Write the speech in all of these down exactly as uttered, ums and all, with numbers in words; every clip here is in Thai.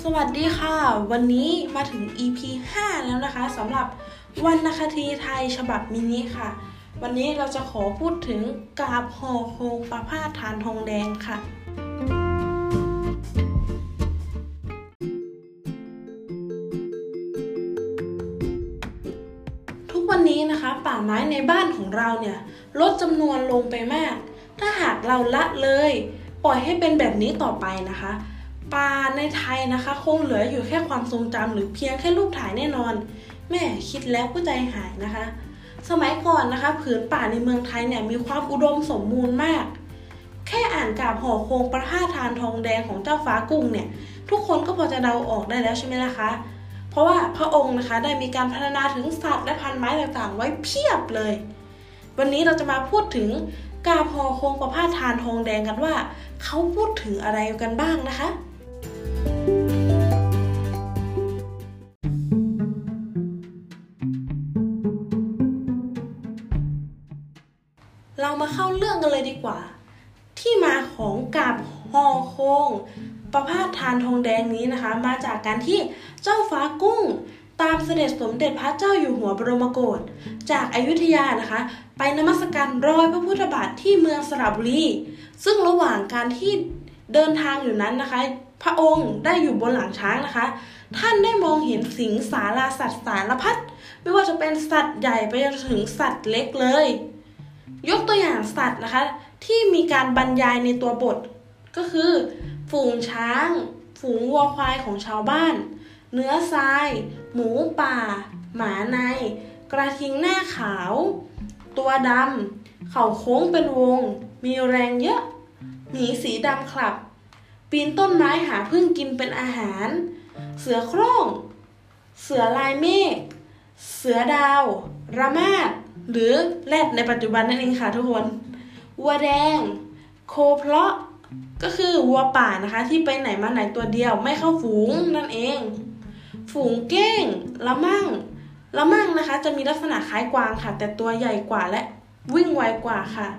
วัสดีค่ะวันนี้มาถึง อี พี ห้าแล้วนะคะสำหรับวรรณคดีไทยฉบับมินิค่ะวันนี้เราจะขอพูดถึงกาบห่อโคงประพาสฐานทองแดงค่ะทุกวันนี้นะคะป่าไม้ในบ้านของเราเนี่ยลดจำนวนลงไปมากถ้าหากเราละเลยปล่อยให้เป็นแบบนี้ต่อไปนะคะป่าในไทยนะคะคงเหลืออยู่แค่ความทรงจำหรือเพียงแค่รูปถ่ายแน่นอนแม่คิดแล้วก็ใจหายนะคะสมัยก่อนนะคะผืนป่าในเมืองไทยเนี่ยมีความอุดมสมบูรณ์มากแค่อ่านกาบห่อโคงประพาสฐานทองแดงของเจ้าฟ้ากุ้งเนี่ยทุกคนก็พอจะเดาออกได้แล้วใช่ไหมล่ะคะเพราะว่าพระองค์นะคะได้มีการพัฒนาถึงสัตว์และพันธุ์ไม้ต่างๆไว้เพียบเลยวันนี้เราจะมาพูดถึงกาบห่อโคงประพาสฐานทองแดงกันว่าเขาพูดถึงอะไรกันบ้างนะคะเรามาเข้าเรื่องกันเลยดีกว่าที่มาของกาบห่อโคงประพาสฐานทองแดงนี้นะคะมาจากการที่เจ้าฟ้ากุ้งตามเสด็จสมเด็จพระเจ้าอยู่หัวบรมโกศจากอยุธยานะคะไปนมัสการรอยพระพุทธบาทที่เมืองสระบุรีซึ่งระหว่างการที่เดินทางอยู่นั้นนะคะพระองค์ได้อยู่บนหลังช้างนะคะท่านได้มองเห็นสิงสาราสัตว์สารพัดไม่ว่าจะเป็นสัตว์ใหญ่ไปจนถึงสัตว์เล็กเลยยกตัวอย่างสัตว์นะคะที่มีการบรรยายในตัวบทก็คือฝูงช้างฝูงวัวควายของชาวบ้านเนื้อทรายหมูป่าหมาในกระทิงหน้าขาวตัวดำเข่าโค้งเป็นวงมีแรงเยอะหมีสีดำคลับปีนต้นไม้หาผึ้งกินเป็นอาหารเสือโคร่งเสือลายเมฆเสือดาวระมาดหรือแรดในปัจจุบันนั่นเองค่ะทุกคนวัวแดงโคเพลาะก็คือวัวป่านะคะที่ไปไหนมาไหนตัวเดียวไม่เข้าฝูงนั่นเองฝูงเก้งละมั่งละมั่งนะคะจะมีลักษณะคล้ายกวางค่ะแต่ตัวใหญ่กว่าและวิ่งไวกว่าค่ะ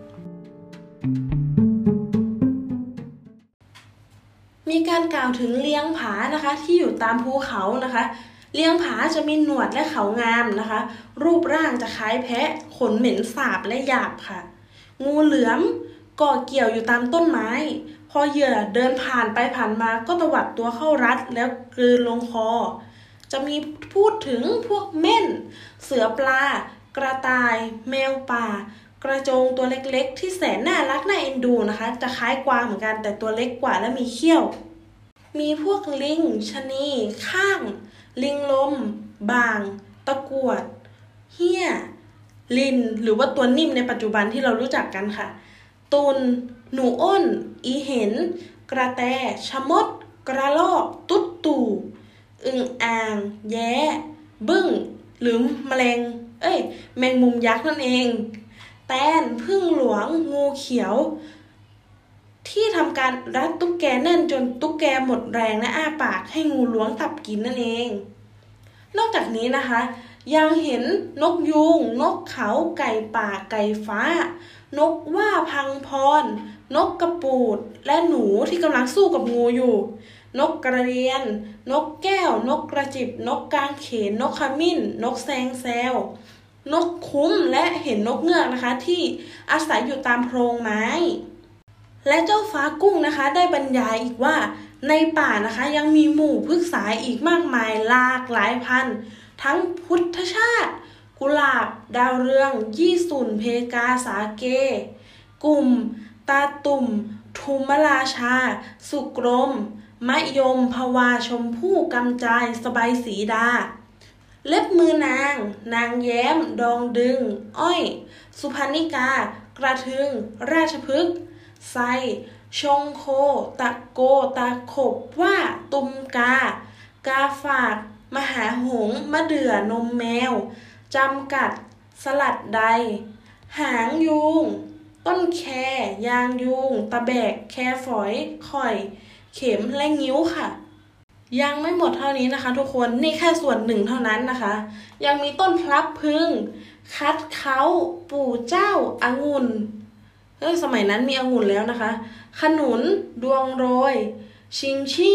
มีการกล่าวถึงเลี้ยงผานะคะที่อยู่ตามภูเขานะคะเลี้ยงผาจะมีหนวดและเขางามนะคะรูปร่างจะคล้ายแพะขนเหม็นสาบและหยาบค่ะงูเหลือมเกาะเกี่ยวอยู่ตามต้นไม้พอเหยื่อเดินผ่านไปผ่านมาก็ตวัดตัวเข้ารัดแล้วกลืนลงคอจะมีพูดถึงพวกเม่นเสือปลากระต่ายแมวป่ากระโจงตัวเล็กๆที่แสนน่ารักน่าเอ็นดูนะคะจะคล้ายกวางเหมือนกันแต่ตัวเล็กกว่าและมีเขี้ยวมีพวกลิงชะนีข้างลิงลมบ่างตะกรวดเหี้ยลินหรือว่าตัวนิ่มในปัจจุบันที่เรารู้จักกันค่ะตุนหนูอ้นอีเห็นกระแตชะมดกระรอกตุ๊ดตู่อึ่งอ่างแย้บึ้งหรือแมลงเอ้ยแมงมุมยักษ์นั่นเองแตนผึ้งหลวงงูเขียวที่ทำการรัดตุ๊กแกแน่นจนตุ๊กแกหมดแรงและอ้าปากให้งูล้วงตับกินนั่นเองนอกจากนี้นะคะยังเห็นนกยูงนกเขาไก่ป่าไก่ฟ้านกว่าพังพรนกกระปูดและหนูที่กำลังสู้กับงูอยู่นกกระเรียนนกแก้วนกกระจิบนกกางเขนนกขมิ้นนกแซงแซวนกคุ้มและเห็นนกเงือกนะคะที่อาศัยอยู่ตามโพรงไม้และเจ้าฟ้ากุ้งนะคะได้บรรยายอีกว่าในป่านะคะยังมีหมู่พฤกษาอีกมากมายหลากหลายพันธุ์ทั้งพุทธชาติกุหลาบดาวเรืองยี่สุนเพกาสาเกกลุ่มตาตุ่มทุมราชาสุกรมมะยมภวาชมพู่กำจายสบายสีดาเล็บมือนางนางแย้มดองดึงอ้อยสุพรรณิกากระทึงราชพฤกษ์ไซชงโคตะโกตะขบว่าตุมกากาฝากมหาหงส์มะเดื่อนมแมวจำกัดสลัดใดหางยูงต้นแคยางยูงตะแบกแคฝอยข่อยเข็มและงิ้วค่ะยังไม่หมดเท่านี้นะคะทุกคนนี่แค่ส่วนหนึ่งเท่านั้นนะคะยังมีต้นพลับพึ่งคัดเขาปู่เจ้าองุ่นเฮ้ยสมัยนั้นมีองุ่นแล้วนะคะขนุนดวงโรยชิงชี่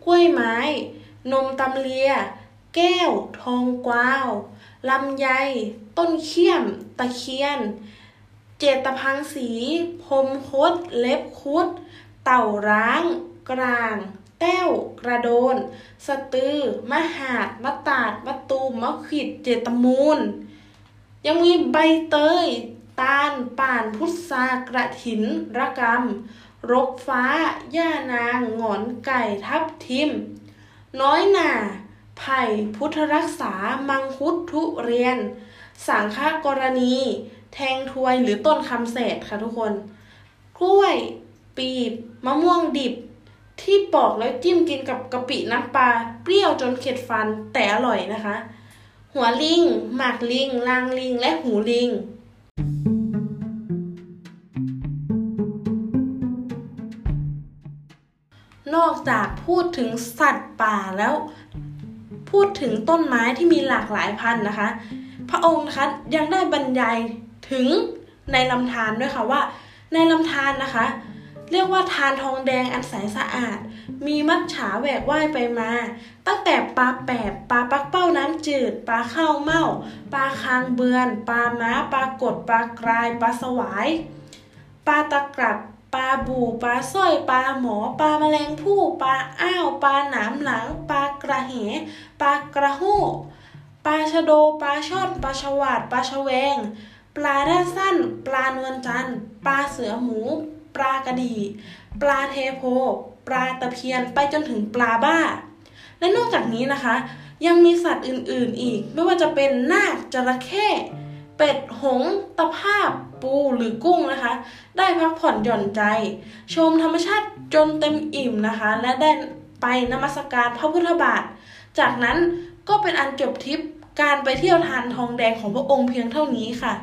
กล้วยไม้นมตำเลียแก้วทองกวาวลำไยต้นเขี้ยมตะเคียนเจตพังสีพรมคดเล็บคุดเต่าร้างกลางแต้วกระโดนสะตือมหาดมะตาดมะตูมมะขิดเจตมูลยังมีใบเตยตาลป่านพุทรากระถินระกำรกฟ้าย่านางหงอนไก่ทับทิมน้อยหน่าไผ่พุทธรักษามังคุดทุเรียนสังฆกรณีแทงทวยหรือต้นคำเศษค่ะทุกคนกล้วยปีบมะม่วงดิบที่ปอกแล้วจิ้มกินกับกะปิน้ำปลาเปรี้ยวจนเข็ดฟันแต่อร่อยนะคะหัวลิงหมากลิงลางลิงและหูลิงนอกจากพูดถึงสัตว์ป่าแล้วพูดถึงต้นไม้ที่มีหลากหลายพันธุ์นะคะพระองค์นะคะยังได้บรรยายถึงในลำธารด้วยค่ะว่าในลำธารนะคะเรียกว่าธารทองแดงอันใสสะอาดมีมัจฉาแหวกว่ายไปมาตั้งแต่ปลาแปบปลาปักเป้าน้ำจืดปลาข้าวเม่าปลาคางเบือนปลาม้าปลากดปลากรายปลาสวายปลาตะกรับปลาบู่ปลาสร้อยปลาหมอปลาแมลงภู่ปลาอ้าวปลาหนามหลังปลากระเหปลากระหู้ปลาชะโดปลาช่อนปลาฉวาดปลาชะแวงปลาด้าสั้นปลานวลจันทร์ปลาเสือหมูปลากระดีปลาเทโพปลาตะเพียนไปจนถึงปลาบ้าและนอกจากนี้นะคะยังมีสัตว์อื่นๆอีกไม่ว่าจะเป็นนาคจระเข้เป็ดหงส์ตะภาพปูหรือกุ้งนะคะได้พักผ่อนหย่อนใจชมธรรมชาติจนเต็มอิ่มนะคะและได้ไปนมัสการพระพุทธบาทจากนั้นก็เป็นอันจบทริปการไปเที่ยวธารทองแดงของพระองค์เพียงเท่านี้ค่ะ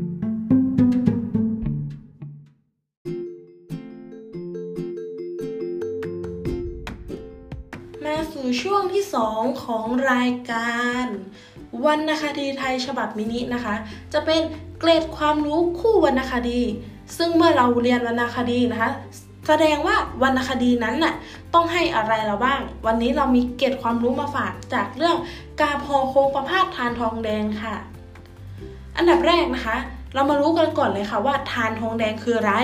มาสู่ช่วงที่สองของรายการวรรณคดีไทยฉบับมินินะคะจะเป็นเกร็ดความรู้คู่วรรณคดีซึ่งเมื่อเราเรียนวรรณคดีนะคะแสดงว่าวรรณคดีนั้นน่ะต้องให้อะไรเราบ้างวันนี้เรามีเกร็ดความรู้มาฝากจากเรื่องกาพอโคงประพาสธารทองแดงค่ะอันดับแรกนะคะเรามารู้กันก่อนเลยค่ะว่าธารทองแดงคืออะไร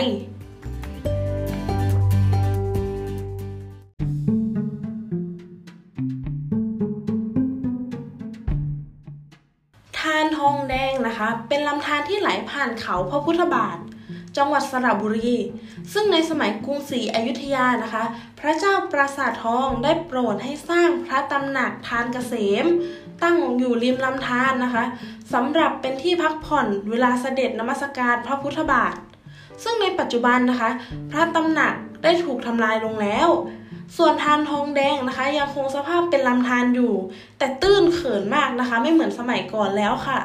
ธารทองแดงนะคะเป็นลำธารที่ไหลผ่านเขาพระพุทธบาทจังหวัดสระบุรีซึ่งในสมัยกรุงศรีอยุธยานะคะพระเจ้าปราสาททองได้โปรดให้สร้างพระตำหนักธารเกษมตั้งอยู่ริมลำธารนะคะสำหรับเป็นที่พักผ่อนเวลาเสด็จนมัสการพระพุทธบาทซึ่งในปัจจุบันนะคะพระตำหนักได้ถูกทำลายลงแล้วส่วนธารทองแดงนะคะยังคงสภาพเป็นลำธารอยู่แต่ตื้นเขินมากนะคะไม่เหมือนสมัยก่อนแล้วค่ะ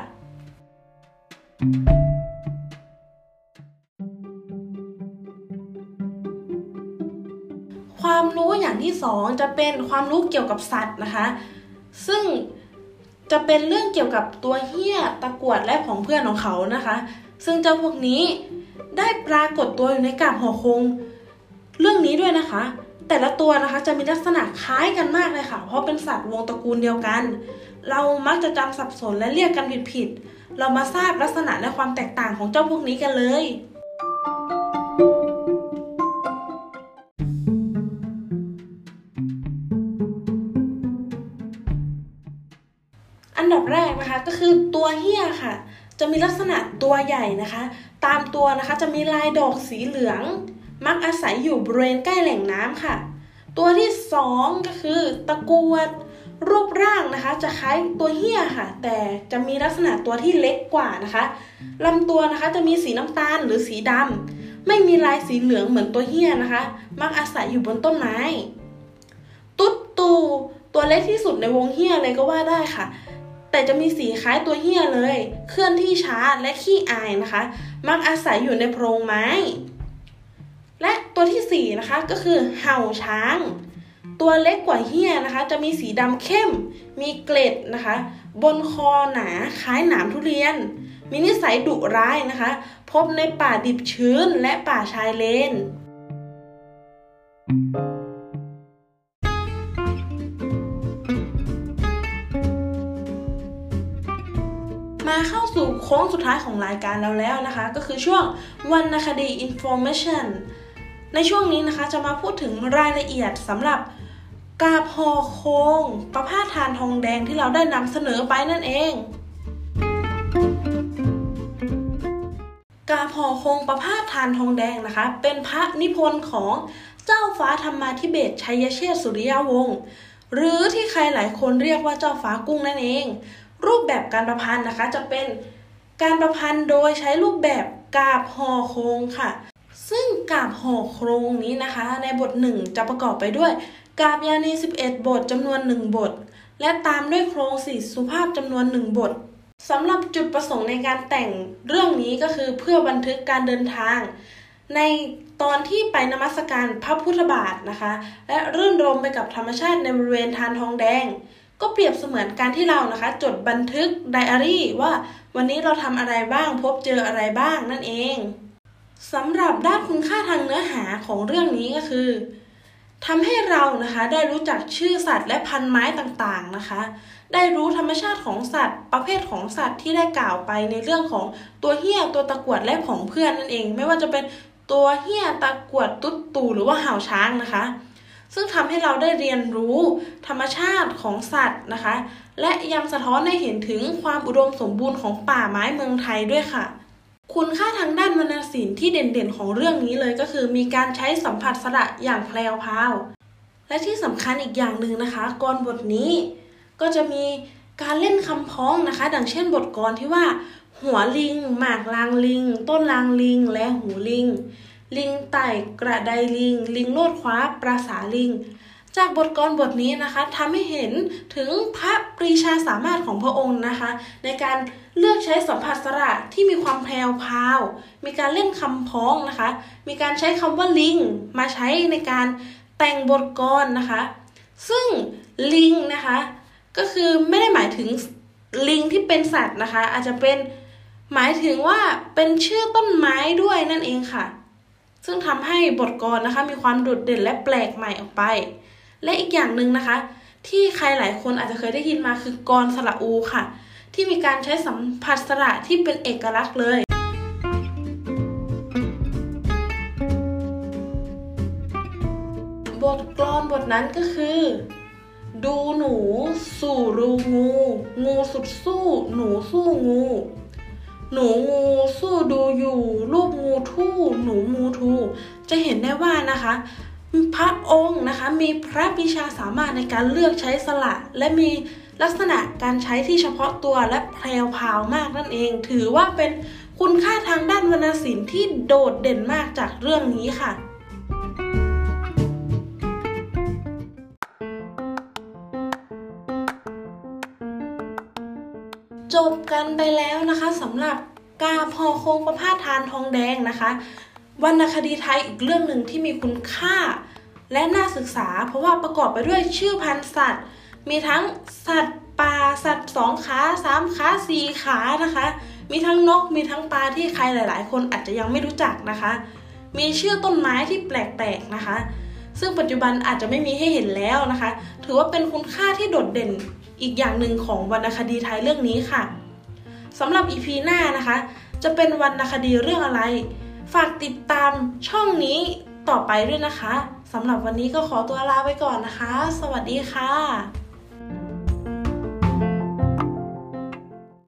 ความรู้อย่างที่สองจะเป็นความรู้เกี่ยวกับสัตว์นะคะซึ่งจะเป็นเรื่องเกี่ยวกับตัวเหี้ยตะกรวดและผองเพื่อนของเขานะคะซึ่งเจ้าพวกนี้ได้ปรากฏตัวอยู่ในกาบหอคงเรื่องนี้ด้วยนะคะแต่ละตัวนะคะจะมีลักษณะคล้ายกันมากเลยค่ะเพราะเป็นสัตว์วงตระกูลเดียวกันเรามักจะจำสับสนและเรียกกันผิดๆเรามาทราบลักษณะและความแตกต่างของเจ้าพวกนี้กันเลยอันดับแรกนะคะก็คือตัวเหี้ยค่ะจะมีลักษณะตัวใหญ่นะคะตามตัวนะคะจะมีลายดอกสีเหลืองมักอาศัยอยู่บริเวณใกล้แหล่งน้ำค่ะตัวที่สองก็คือตะกรวดรูปร่างนะคะจะคล้ายตัวเหี้ยค่ะแต่จะมีลักษณะตัวที่เล็กกว่านะคะลำตัวนะคะจะมีสีน้ำตาลหรือสีดำไม่มีลายสีเหลืองเหมือนตัวเหี้ยนะคะมักอาศัยอยู่บนต้นไม้ตุ๊ดตูตัวเล็กที่สุดในวงเหี้ยเลยก็ว่าได้ค่ะแต่จะมีสีคล้ายตัวเหี้ยเลยเคลื่อนที่ช้าและขี้อายนะคะมักอาศัยอยู่ในโพรงไม้และตัวที่สี่นะคะก็คือเห่าช้างตัวเล็กกว่าเหี้ยนะคะจะมีสีดำเข้มมีเกล็ดนะคะบนคอหนาคล้ายหนามทุเรียนมีนิสัยดุร้ายนะคะพบในป่าดิบชื้นและป่าชายเลนมาเข้าสู่โค้งสุดท้ายของรายการเราแล้วนะคะก็คือช่วงวรรณคดี Information ในช่วงนี้นะคะจะมาพูดถึงรายละเอียดสำหรับกาบห่อโคงประพาสทานทองแดงที่เราได้นำเสนอไปนั่นเองกาบห่อโคงประพาสทานทองแดงนะคะเป็นพระนิพนธ์ของเจ้าฟ้าธรรมาธิเบศรชัยเชษฐ์สุริยวงศ์หรือที่ใครหลายคนเรียกว่าเจ้าฟ้ากุ้งนั่นเองรูปแบบการประพันธ์นะคะจะเป็นการประพันธ์โดยใช้รูปแบบกาบห่อโคงค่ะซึ่งกาบห่อโครงนี้นะคะในบทหนึ่งจะประกอบไปด้วยกาบยานีสิบเอ็ดบทจำนวนหนึ่งบทและตามด้วยโครงสี่สุภาพจำนวนหนึ่งบทสำหรับจุดประสงค์ในการแต่งเรื่องนี้ก็คือเพื่อบันทึกการเดินทางในตอนที่ไปนมัสการพระพุทธบาทนะคะและรื่นรมไปกับธรรมชาติในบริเวณทานทองแดงก็เปรียบเสมือนการที่เรานะคะจดบันทึกไดอารี่ว่าวันนี้เราทำอะไรบ้างพบเจออะไรบ้างนั่นเองสำหรับด้านคุณค่าทางเนื้อหาของเรื่องนี้ก็คือทำให้เรานะคะได้รู้จักชื่อสัตว์และพันธุ์ไม้ต่างๆนะคะได้รู้ธรรมชาติของสัตว์ประเภทของสัตว์ที่ได้กล่าวไปในเรื่องของตัวเหี้ยตัวตะกรวดและผองเพื่อนนั่นเองไม่ว่าจะเป็นตัวเหี้ยตะกรวดตุ๊ดตู่หรือว่าห่าวช้างนะคะซึ่งทำให้เราได้เรียนรู้ธรรมชาติของสัตว์นะคะและยังสะท้อนให้เห็นถึงความอุดมสมบูรณ์ของป่าไม้เมืองไทยด้วยค่ะคุณค่าทางด้านวรรณศิลป์ที่เด่นๆของเรื่องนี้เลยก็คือมีการใช้สัมผัสสระอย่างแพรวพราวและที่สำคัญอีกอย่างหนึ่งนะคะกลบทนี้ก็จะมีการเล่นคำพ้องนะคะดังเช่นบทกลที่ว่าหัวลิงหมากลางลิงต้นลางลิงและหูลิงลิงไต่กระไดลิงลิงโลดคว้าปราสาลิงจากบทกลบทนี้นะคะทำให้เห็นถึงพระปรีชาสามารถของพระองค์นะคะในการเลือกใช้สัมผัสสระที่มีความแพรวพราวมีการเล่นคำพ้องนะคะมีการใช้คำว่าลิงมาใช้ในการแต่งบทกลนะคะซึ่งลิงนะคะก็คือไม่ได้หมายถึงลิงที่เป็นสัตว์นะคะอาจจะเป็นหมายถึงว่าเป็นชื่อต้นไม้ด้วยนั่นเองค่ะซึ่งทำให้บทกลนะคะมีความโดดเด่นและแปลกใหม่ออกไปและอีกอย่างหนึ่งนะคะที่ใครหลายคนอาจจะเคยได้ยินมาคือกลสระอูค่ะที่มีการใช้สัมผัสสระที่เป็นเอกลักษณ์เลยบทกลอนบทนั้นก็คือดูหนูสู่รูงูงูสุดสู้หนูสู้งูหนูงูสู้ดูอยู่รูปงูทู่หนูมูทูจะเห็นได้ว่านะคะพระองค์นะคะมีพระปรีชาสามารถในการเลือกใช้สระและมีลักษณะการใช้ที่เฉพาะตัวและแพรวพราวมากนั่นเองถือว่าเป็นคุณค่าทางด้านวรรณศิลป์ที่โดดเด่นมากจากเรื่องนี้ค่ะจบกันไปแล้วนะคะสำหรับกาบห่อโคงประพาสทานทองแดงนะคะวรรณคดีไทยอีกเรื่องหนึ่งที่มีคุณค่าและน่าศึกษาเพราะว่าประกอบไปด้วยชื่อพันธุ์สัตว์มีทั้งสัตว์ป่าสัตว์สองขาสามขาสี่ขานะคะมีทั้งนกมีทั้งปลาที่ใครหลายๆคนอาจจะยังไม่รู้จักนะคะมีชื่อต้นไม้ที่แปลกๆนะคะซึ่งปัจจุบันอาจจะไม่มีให้เห็นแล้วนะคะถือว่าเป็นคุณค่าที่โดดเด่นอีกอย่างหนึ่งของวรรณคดีไทยเรื่องนี้ค่ะสำหรับ อี พี หน้านะคะจะเป็นวรรณคดีเรื่องอะไรฝากติดตามช่องนี้ต่อไปด้วยนะคะสำหรับวันนี้ก็ขอตัวลาไปก่อนนะคะสวัสดีค่ะ